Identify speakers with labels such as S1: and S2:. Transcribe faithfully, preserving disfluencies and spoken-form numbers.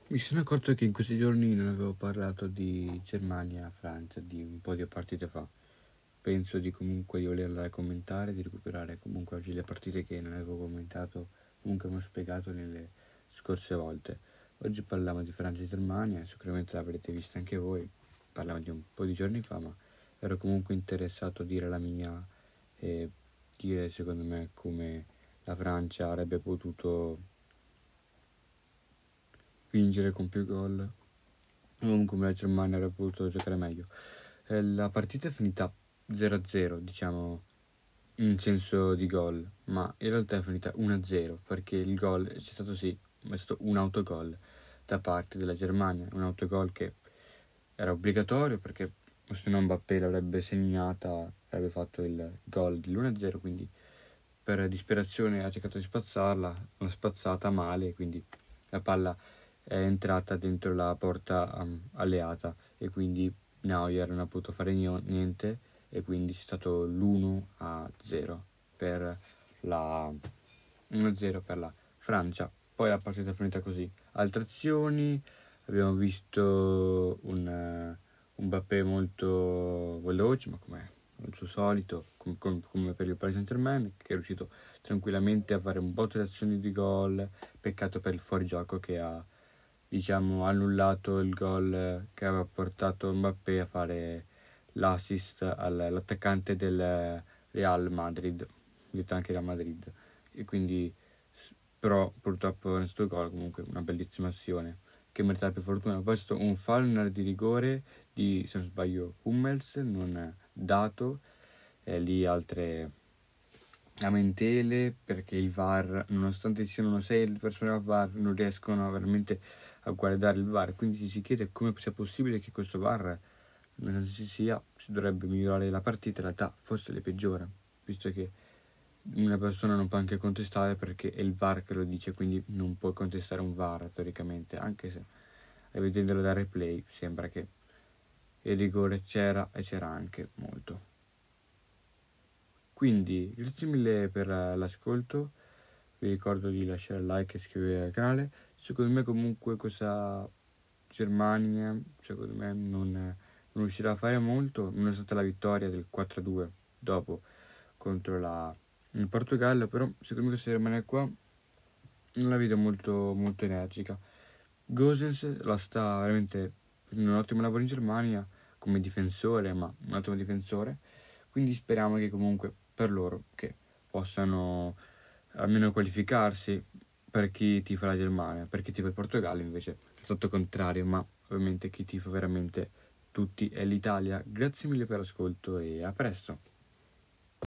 S1: Mi sono accorto che in questi giorni non avevo parlato di Germania, Francia, di un po' di partite fa. Penso di comunque di volerla commentare, di recuperare comunque oggi le partite che non avevo commentato, comunque non ho spiegato nelle scorse volte. Oggi parliamo di Francia e Germania, sicuramente l'avrete vista anche voi, parliamo di un po' di giorni fa, ma ero comunque interessato a dire la mia e dire secondo me come la Francia avrebbe potuto vincere con più gol, o comunque la Germania avrebbe potuto giocare meglio. Eh, la partita è finita zero a zero, diciamo, in senso di gol, ma in realtà è finita uno a zero, perché il gol c'è stato sì, ma è stato un autogol da parte della Germania, un autogol che era obbligatorio perché se no Mbappé l'avrebbe segnata, avrebbe fatto il gol dell'uno a zero, quindi per disperazione ha cercato di spazzarla, l'ha spazzata male, quindi la palla è entrata dentro la porta um, alleata e quindi Neuer non ha potuto fare niente e quindi è stato l'uno a zero per la uno a zero per la Francia. Poi la partita è finita così. Altre azioni, abbiamo visto un, uh, un Mbappé molto veloce, ma come il suo solito, com- com- come per il Paris Saint-Germain, che è riuscito tranquillamente a fare un botto di azioni di gol. Peccato per il fuorigioco che ha, diciamo, annullato il gol che aveva portato Mbappé a fare l'assist all'attaccante del Real Madrid, detto anche Real Madrid, e quindi però purtroppo nel suo gol comunque una bellissima azione che meritava più fortuna. Poi è stato un fallo di rigore di, se non sbaglio, Hummels, non dato, e lì altre lamentele perché il V A R, nonostante siano sei persone al V A R, non riescono veramente a guardare il V A R, quindi ci si chiede come sia possibile che questo V A R non si sia, si dovrebbe migliorare la partita, in realtà forse le peggiora, visto che una persona non può anche contestare perché è il V A R che lo dice, quindi non può contestare un V A R teoricamente, anche se vedendolo da replay sembra che il rigore c'era e c'era anche molto. Quindi grazie mille per l'ascolto, vi ricordo di lasciare like e iscrivervi al canale. Secondo me comunque questa Germania secondo me non, non riuscirà a fare molto, non è stata la vittoria del quattro a due dopo contro la, il Portogallo, però secondo me questa Germania qua non la vedo molto, molto energica. Gosens la sta veramente facendo un ottimo lavoro in Germania come difensore, ma un ottimo difensore, quindi speriamo che comunque per loro che possano almeno qualificarsi. Per chi tifa la Germania, per chi tifa il Portogallo invece è tutto contrario, ma ovviamente chi tifa veramente tutti è l'Italia. Grazie mille per l'ascolto e a presto.